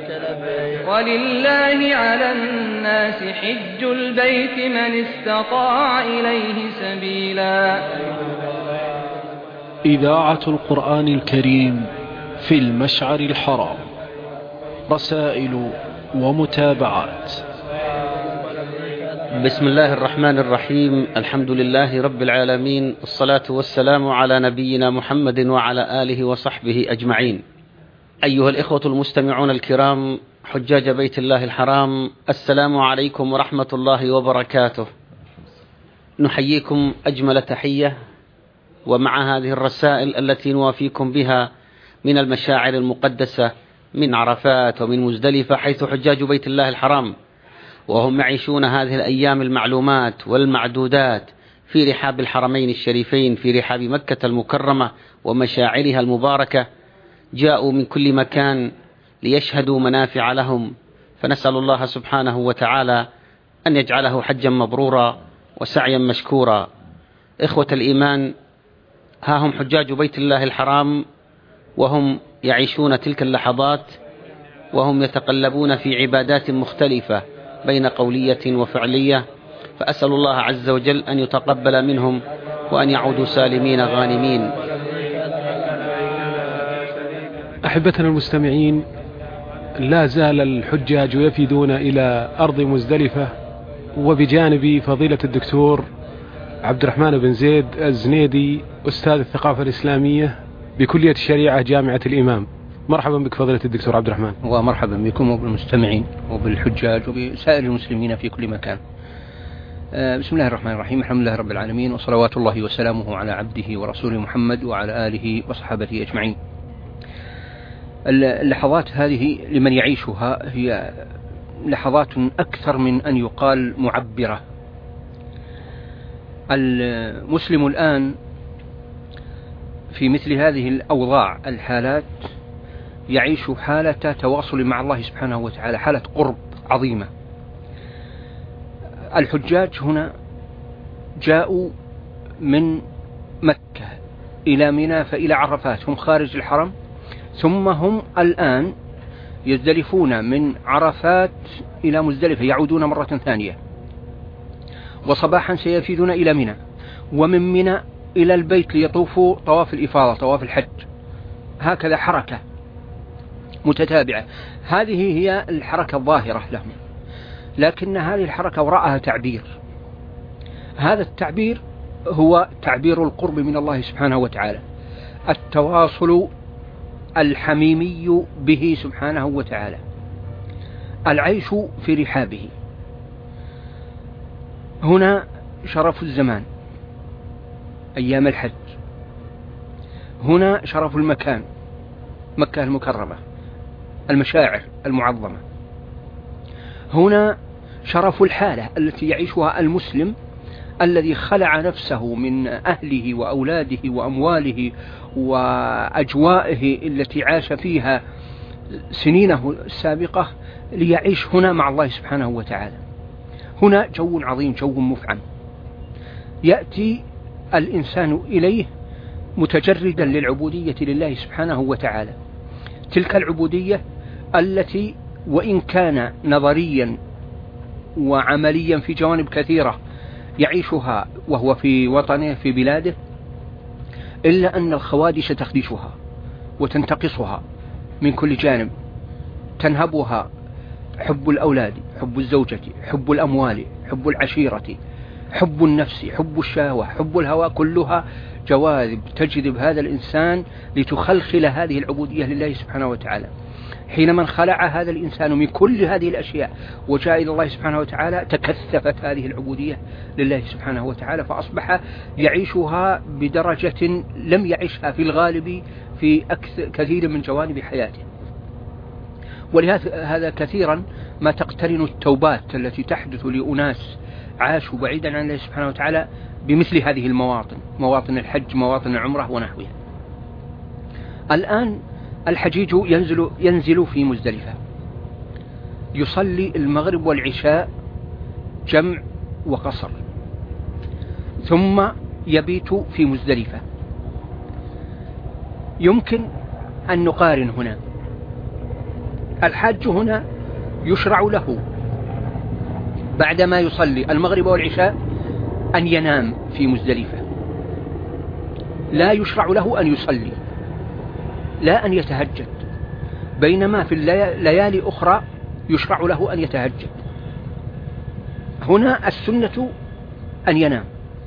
ولله على الناس حج البيت من استطاع إليه سبيلا. إذاعة القرآن الكريم في المشعر الحرام، رسائل ومتابعات. بسم الله الرحمن الرحيم. الحمد لله رب العالمين، الصلاة والسلام على نبينا محمد وعلى آله وصحبه أجمعين. أيها الإخوة المستمعون الكرام، حجاج بيت الله الحرام، السلام عليكم ورحمة الله وبركاته. نحييكم أجمل تحية، ومع هذه الرسائل التي نوافيكم بها من المشاعر المقدسة من عرفات ومن مزدلفة، حيث حجاج بيت الله الحرام وهم يعيشون هذه الأيام المعلومات والمعدودات في رحاب الحرمين الشريفين، في رحاب مكة المكرمة ومشاعرها المباركة، جاءوا من كل مكان ليشهدوا منافع لهم، فنسأل الله سبحانه وتعالى أن يجعله حجا مبرورا وسعيا مشكورا. إخوة الإيمان، ها هم حجاج بيت الله الحرام وهم يعيشون تلك اللحظات، وهم يتقلبون في عبادات مختلفة بين قولية وفعلية، فأسأل الله عز وجل أن يتقبل منهم وأن يعودوا سالمين غانمين. أحبتنا المستمعين، لا زال الحجاج يفدون إلى أرض مزدلفة، وبجانب فضيلة الدكتور عبد الرحمن بن زيد الزنيدي، أستاذ الثقافة الإسلامية بكلية الشريعة جامعة الإمام. مرحبا بك فضيلة الدكتور عبد الرحمن. ومرحبا بكم وبالمستمعين وبالحجاج وبسائر المسلمين في كل مكان. بسم الله الرحمن الرحيم. الحمد لله رب العالمين، وصلوات الله وسلامه على عبده ورسوله محمد وعلى آله وصحبه أجمعين. اللحظات هذه لمن يعيشها هي لحظات أكثر من أن يقال معبرة. المسلم الآن في مثل هذه الأوضاع الحالات يعيش حالة تواصل مع الله سبحانه وتعالى، حالة قرب عظيمة. الحجاج هنا جاءوا من مكة إلى منى فإلى عرفات، هم خارج الحرم، ثم هم الآن يزدلفون من عرفات إلى مزدلفة، يعودون مرة ثانية، وصباحا سيفيدون إلى منى، ومن منى إلى البيت ليطوفوا طواف الإفاضة، طواف الحج. هكذا حركة متتابعة. هذه هي الحركة الظاهرة لهم، لكن هذه الحركة وراءها تعبير. هذا التعبير هو تعبير القرب من الله سبحانه وتعالى، التواصل الحميمي به سبحانه وتعالى، العيش في رحابه. هنا شرف الزمان أيام الحج، هنا شرف المكان مكة المكرمة، المشاعر المعظمة، هنا شرف الحالة التي يعيشها المسلم الذي خلع نفسه من أهله وأولاده وأمواله وأجوائه التي عاش فيها سنينه السابقة ليعيش هنا مع الله سبحانه وتعالى. هنا جو عظيم، جو مفعم، يأتي الإنسان إليه متجردا للعبودية لله سبحانه وتعالى، تلك العبودية التي وإن كان نظريا وعمليا في جوانب كثيرة يعيشها وهو في وطنه في بلاده، إلا أن الخوادش تخدشها وتنتقصها من كل جانب، تنهبها حب الأولاد، حب الزوجة، حب الأموال، حب العشيرة، حب النفس، حب الشهوة، حب الهوى، كلها جواذب تجذب هذا الإنسان لتخلخل هذه العبودية لله سبحانه وتعالى. حينما انخلع هذا الإنسان من كل هذه الأشياء وجاء إلى الله سبحانه وتعالى، تكثفت هذه العبودية لله سبحانه وتعالى، فأصبح يعيشها بدرجة لم يعيشها في الغالب في كثير من جوانب حياته. ولهذا كثيرا ما تقترن التوبات التي تحدث لأناس عاشوا بعيدا عن الله سبحانه وتعالى بمثل هذه المواطن، مواطن الحج، مواطن العمرة ونحوها. الآن الحجيج ينزل في مزدلفة، يصلي المغرب والعشاء جمع وقصر، ثم يبيت في مزدلفة. يمكن أن نقارن هنا الحاج هنا يشرع له بعدما يصلي المغرب والعشاء أن ينام في مزدلفة، لا يشرع له أن يصلي، لا أن يتهجد، بينما في الليالي أخرى يشرع له أن يتهجد. هنا السنة أن ينام،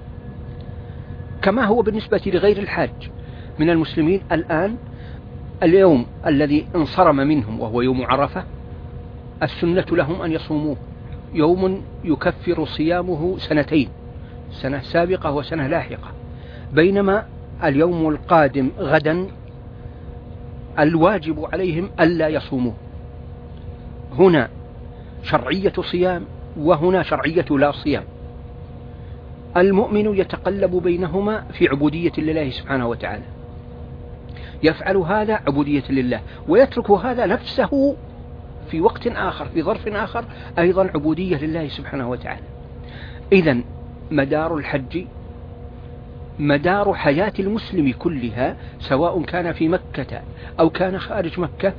كما هو بالنسبة لغير الحاج من المسلمين. الآن اليوم الذي انصرم منهم وهو يوم عرفة السنة لهم أن يصوموه، يوم يكفر صيامه سنتين، سنة سابقة وسنة لاحقة، بينما اليوم القادم غدا الواجب عليهم ألا يصوموه. هنا شرعية صيام وهنا شرعية لا صيام. المؤمن يتقلب بينهما في عبودية لله سبحانه وتعالى، يفعل هذا عبودية لله ويترك هذا نفسه في وقت آخر في ظرف آخر أيضا عبودية لله سبحانه وتعالى. إذن مدار الحج مدار حياة المسلم كلها، سواء كان في مكة أو كان خارج مكة،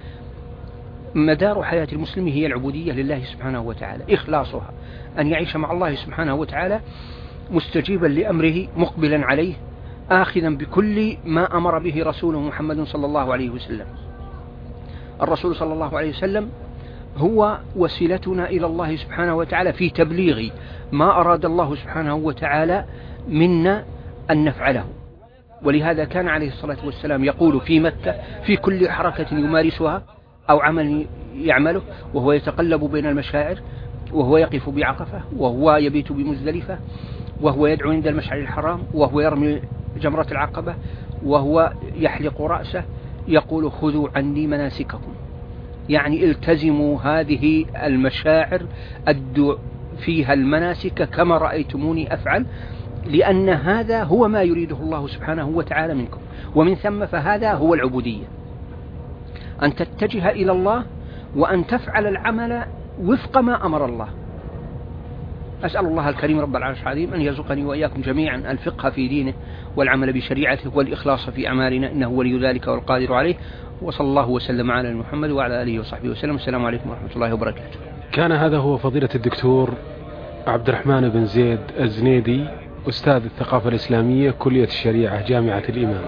مدار حياة المسلم هي العبودية لله سبحانه وتعالى، إخلاصها، أن يعيش مع الله سبحانه وتعالى مستجيبا لأمره مقبلا عليه آخذا بكل ما أمر به رسوله محمد صلى الله عليه وسلم. الرسول صلى الله عليه وسلم هو وسيلتنا إلى الله سبحانه وتعالى في تبليغ ما أراد الله سبحانه وتعالى منا أن نفعله. ولهذا كان عليه الصلاة والسلام يقول في مكة في كل حركة يمارسها أو عمل يعمله وهو يتقلب بين المشاعر، وهو يقف بعقفة، وهو يبيت بمزدلفة، وهو يدعو عند المشعر الحرام، وهو يرمي جمرة العقبة، وهو يحلق رأسه، يقول خذوا عني مناسككم، يعني التزموا هذه المشاعر أدوا فيها المناسك كما رأيتموني أفعل، لأن هذا هو ما يريده الله سبحانه وتعالى منكم. ومن ثم فهذا هو العبودية، أن تتجه إلى الله وأن تفعل العمل وفق ما أمر الله. أسأل الله الكريم رب العرش العظيم أن يرزقني وإياكم جميعا الفقه في دينه والعمل بشريعته والإخلاص في أعمالنا، إنه ولي ذلك والقادر عليه. وصلى الله وسلم على محمد وعلى آله وصحبه وسلم. السلام عليكم ورحمة الله وبركاته. كان هذا هو فضيلة الدكتور عبد الرحمن بن زيد الزنيدي، أستاذ الثقافة الإسلامية كلية الشريعة جامعة الإمام.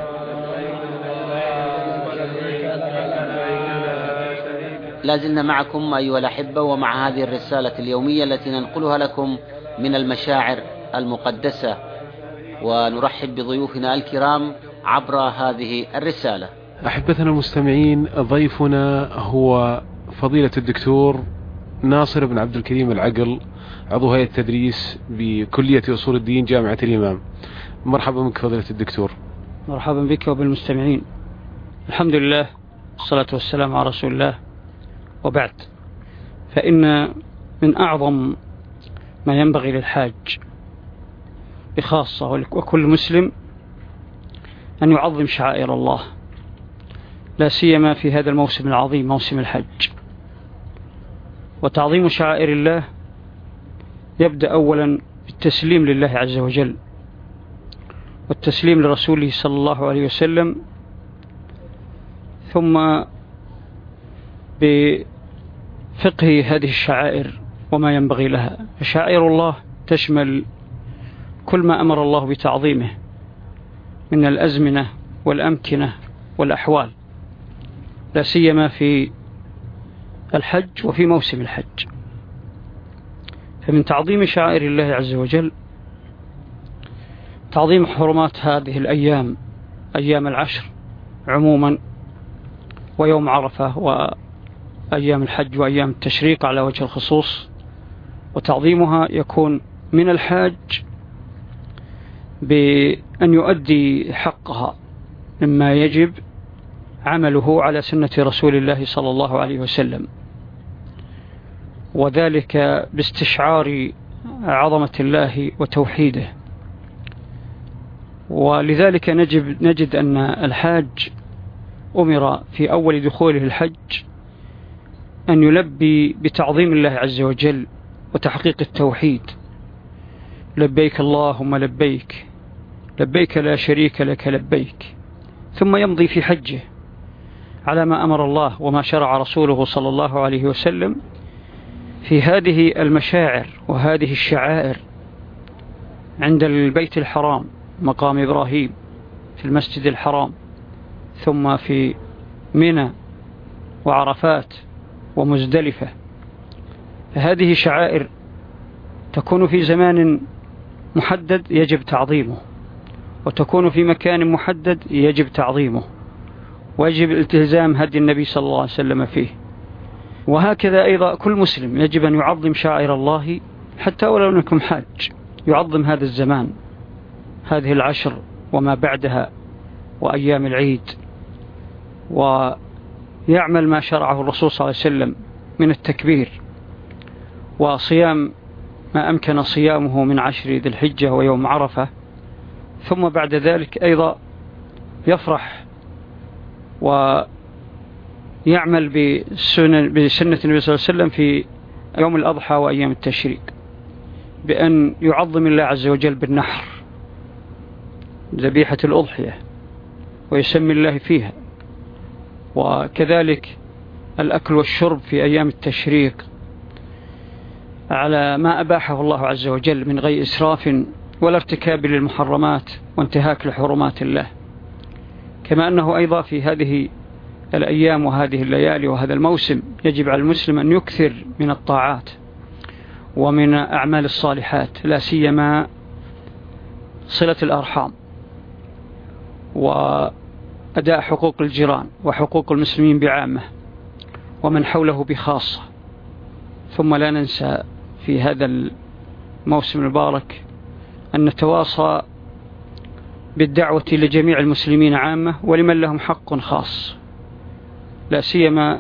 لازلنا معكم أيها الأحبة ومع هذه الرسالة اليومية التي ننقلها لكم من المشاعر المقدسة، ونرحب بضيوفنا الكرام عبر هذه الرسالة. أحبتنا المستمعين، ضيفنا هو فضيلة الدكتور ناصر بن عبد الكريم العقل، عضو هيئة التدريس بكلية أصول الدين جامعة الإمام. مرحبا بك فضيلة الدكتور. مرحبا بك وبالمستمعين. الحمد لله والصلاة والسلام على رسول الله، وبعد، فإن من أعظم ما ينبغي للحاج بخاصة وكل مسلم أن يعظم شعائر الله، لا سيما في هذا الموسم العظيم موسم الحج. وتعظيم شعائر الله يبدأ أولا بالتسليم لله عز وجل والتسليم لرسوله صلى الله عليه وسلم، ثم بفقه هذه الشعائر وما ينبغي لها. شعائر الله تشمل كل ما أمر الله بتعظيمه من الأزمنة والأمكنة والأحوال، لا سيما في الحج وفي موسم الحج. فمن تعظيم شعائر الله عز وجل تعظيم حرمات هذه الأيام، أيام العشر عموما، ويوم عرفة وأيام الحج وأيام التشريق على وجه الخصوص. وتعظيمها يكون من الحاج بأن يؤدي حقها مما يجب عمله على سنة رسول الله صلى الله عليه وسلم، وذلك باستشعار عظمة الله وتوحيده. ولذلك نجد أن الحاج أمر في أول دخوله الحج أن يلبي بتعظيم الله عز وجل وتحقيق التوحيد: لبيك اللهم لبيك، لبيك لا شريك لك لبيك. ثم يمضي في حجه على ما أمر الله وما شرع رسوله صلى الله عليه وسلم في هذه المشاعر وهذه الشعائر عند البيت الحرام مقام إبراهيم، في المسجد الحرام، ثم في منى وعرفات ومزدلفة. هذه شعائر تكون في زمان محدد يجب تعظيمه، وتكون في مكان محدد يجب تعظيمه، ويجب التزام هدي النبي صلى الله عليه وسلم فيه. وهكذا أيضا كل مسلم يجب أن يعظم شعائر الله حتى ولو لم يكن حاج، يعظم هذا الزمان، هذه العشر وما بعدها وأيام العيد، ويعمل ما شرعه الرسول صلى الله عليه وسلم من التكبير وصيام ما أمكن صيامه من 10 ذي الحجة ويوم عرفة. ثم بعد ذلك أيضا يفرح ويعمل بسنة النبي صلى الله عليه وسلم في يوم الأضحى وأيام التشريق، بأن يعظم الله عز وجل بالنحر، ذبيحة الأضحية، ويسمي الله فيها. وكذلك الأكل والشرب في أيام التشريق على ما أباحه الله عز وجل من غير إسراف ولا ارتكاب للمحرمات وانتهاك لحرمات الله. كما أنه أيضا في هذه الأيام وهذه الليالي وهذا الموسم يجب على المسلم أن يكثر من الطاعات ومن أعمال الصالحات، لا سيما صلة الأرحام وأداء حقوق الجيران وحقوق المسلمين بعامة ومن حوله بخاصة. ثم لا ننسى في هذا الموسم المبارك أن نتواصى بالدعوة لجميع المسلمين عامة ولمن لهم حق خاص، لا سيما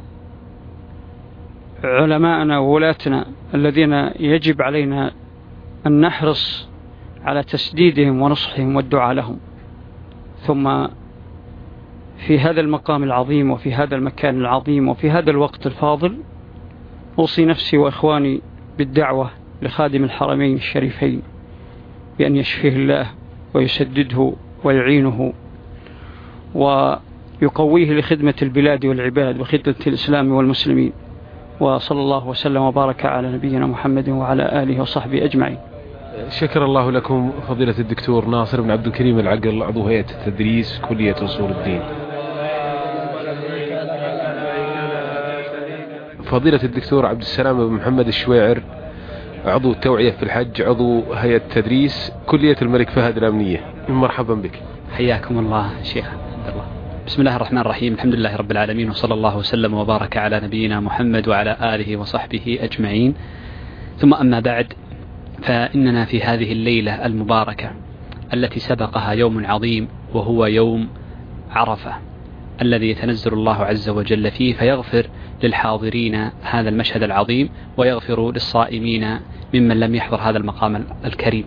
علماءنا وولاتنا الذين يجب علينا أن نحرص على تسديدهم ونصحهم والدعاء لهم. ثم في هذا المقام العظيم وفي هذا المكان العظيم وفي هذا الوقت الفاضل أوصي نفسي وإخواني بالدعوة لخادم الحرمين الشريفين بأن يشفيه الله ويسدده ويعينه ويقويه لخدمة البلاد والعباد وخدمة الإسلام والمسلمين. وصلى الله وسلم وبارك على نبينا محمد وعلى آله وصحبه أجمعين. شكر الله لكم فضيلة الدكتور ناصر بن عبد الكريم العقل، عضو هيئة التدريس كلية أصول الدين. فضيلة الدكتور عبد السلام بن محمد الشويعر، عضو التوعية في الحج، عضو هيئة التدريس كلية الملك فهد الأمنية، مرحبا بك. حياكم الله شيخ عبد الله. بسم الله الرحمن الرحيم، الحمد لله رب العالمين، وصلى الله وسلم وبارك على نبينا محمد وعلى آله وصحبه أجمعين. ثم أما بعد، فإننا في هذه الليلة المباركة التي سبقها يوم عظيم وهو يوم عرفة الذي يتنزل الله عز وجل فيه فيغفر للحاضرين هذا المشهد العظيم ويغفر للصائمين ممن لم يحضر هذا المقام الكريم.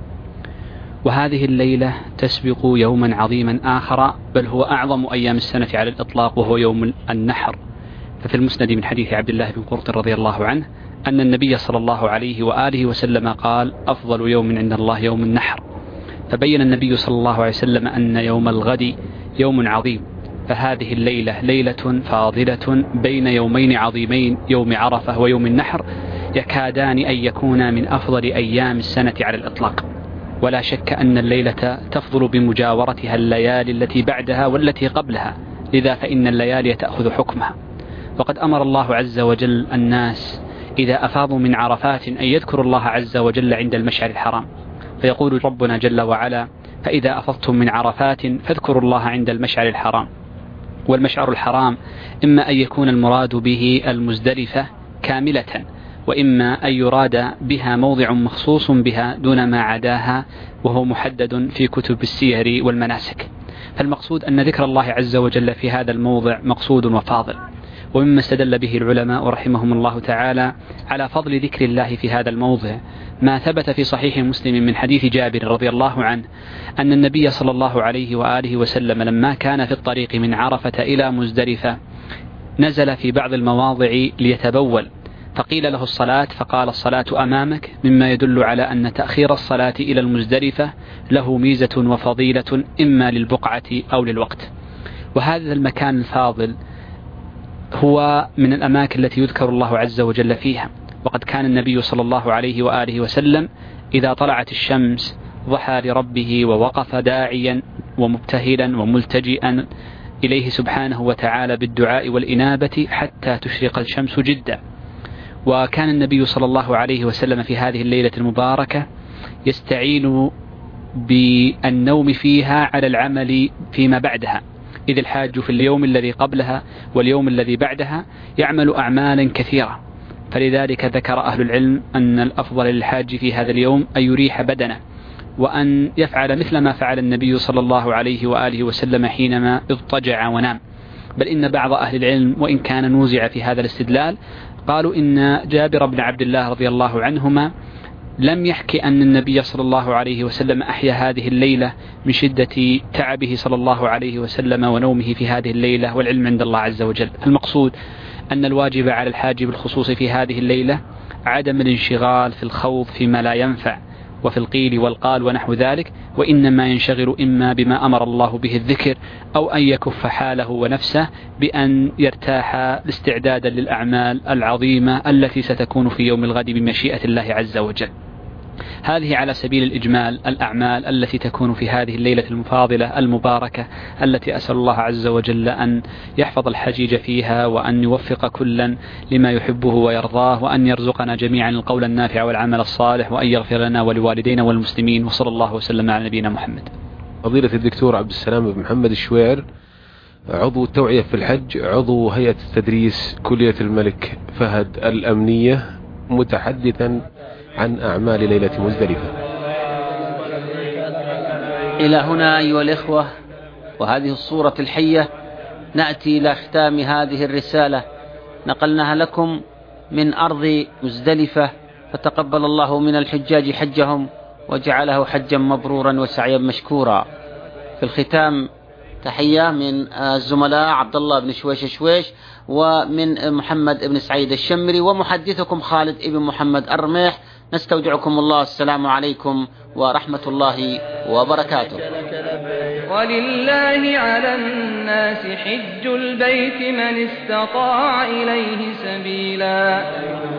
وهذه الليلة تسبق يوما عظيما آخر، بل هو أعظم أيام السنة على الإطلاق، وهو يوم النحر. ففي المسند من حديث عبد الله بن قرط رضي الله عنه أن النبي صلى الله عليه وآله وسلم قال: أفضل يوم عند الله يوم النحر. فبين النبي صلى الله عليه وسلم أن يوم الغد يوم عظيم، فهذه الليلة ليلة فاضلة بين يومين عظيمين، يوم عرفة ويوم النحر، يكادان أن يكونا من أفضل أيام السنة على الإطلاق. ولا شك أن الليلة تفضل بمجاورتها الليالي التي بعدها والتي قبلها، لذا فإن الليالي تأخذ حكمها. وقد أمر الله عز وجل الناس إذا أفاضوا من عرفات أن يذكروا الله عز وجل عند المشعر الحرام، فيقول ربنا جل وعلا: فإذا أفضتم من عرفات فاذكروا الله عند المشعر الحرام. والمشعر الحرام إما أن يكون المراد به المزدلفة كاملة، وإما أن يراد بها موضع مخصوص بها دون ما عداها، وهو محدد في كتب السير والمناسك. فالمقصود أن ذكر الله عز وجل في هذا الموضع مقصود وفاضل. ومما استدل به العلماء رحمهم الله تعالى على فضل ذكر الله في هذا الموضع ما ثبت في صحيح مسلم من حديث جابر رضي الله عنه أن النبي صلى الله عليه وآله وسلم لما كان في الطريق من عرفة إلى مزدلفة نزل في بعض المواضع ليتبول، فقيل له الصلاة، فقال: الصلاة أمامك، مما يدل على أن تأخير الصلاة إلى المزدلفة له ميزة وفضيلة إما للبقعة أو للوقت. وهذا المكان الفاضل هو من الأماكن التي يذكر الله عز وجل فيها. وقد كان النبي صلى الله عليه وآله وسلم إذا طلعت الشمس ضحى لربه ووقف داعيا ومبتهلا وملتجئا إليه سبحانه وتعالى بالدعاء والإنابة حتى تشرق الشمس جدا. وكان النبي صلى الله عليه وسلم في هذه الليلة المباركة يستعين بالنوم فيها على العمل فيما بعدها، إذ الحاج في اليوم الذي قبلها واليوم الذي بعدها يعمل أعمالا كثيرة، فلذلك ذكر أهل العلم أن الأفضل للحاج في هذا اليوم أن يريح بدنه وأن يفعل مثل ما فعل النبي صلى الله عليه وآله وسلم حينما اضطجع ونام. بل إن بعض أهل العلم وإن كان نوزع في هذا الاستدلال قالوا إن جابر بن عبد الله رضي الله عنهما لم يحكي أن النبي صلى الله عليه وسلم أحيا هذه الليلة من شدة تعبه صلى الله عليه وسلم ونومه في هذه الليلة، والعلم عند الله عز وجل. المقصود أن الواجب على الحاج بالخصوص في هذه الليلة عدم الانشغال في الخوض فيما لا ينفع وفي القيل والقال ونحو ذلك، وإنما ينشغل إما بما أمر الله به الذكر أو أن يكف حاله ونفسه بأن يرتاح استعدادا للأعمال العظيمة التي ستكون في يوم الغد بمشيئة الله عز وجل. هذه على سبيل الإجمال الأعمال التي تكون في هذه الليلة المفاضلة المباركة التي أسأل الله عز وجل أن يحفظ الحجيج فيها وأن يوفق كلا لما يحبه ويرضاه، وأن يرزقنا جميعا القول النافع والعمل الصالح، وأن يغفر لنا ولوالدينا والمسلمين، وصلى الله وسلم على نبينا محمد. فضيلة الدكتور عبد السلام بن محمد الشويعر، عضو التوعية في الحج، عضو هيئة التدريس كلية الملك فهد الأمنية، متحدثا عن أعمال ليلة مزدلفة. إلى هنا أيها الإخوة وهذه الصورة الحية نأتي إلى ختام هذه الرسالة نقلناها لكم من أرض مزدلفة، فتقبل الله من الحجاج حجهم وجعله حجا مبرورا وسعيا مشكورا. في الختام تحية من الزملاء عبد الله بن شويش ومن محمد بن سعيد الشمري ومحدثكم خالد بن محمد الرميح. نستودعكم الله، السلام عليكم ورحمة الله وبركاته. ولله على الناس حج البيت من استطاع إليه سبيلا.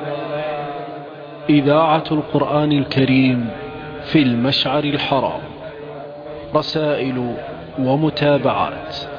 إذاعة القرآن الكريم في المشعر الحرام، رسائل ومتابعات.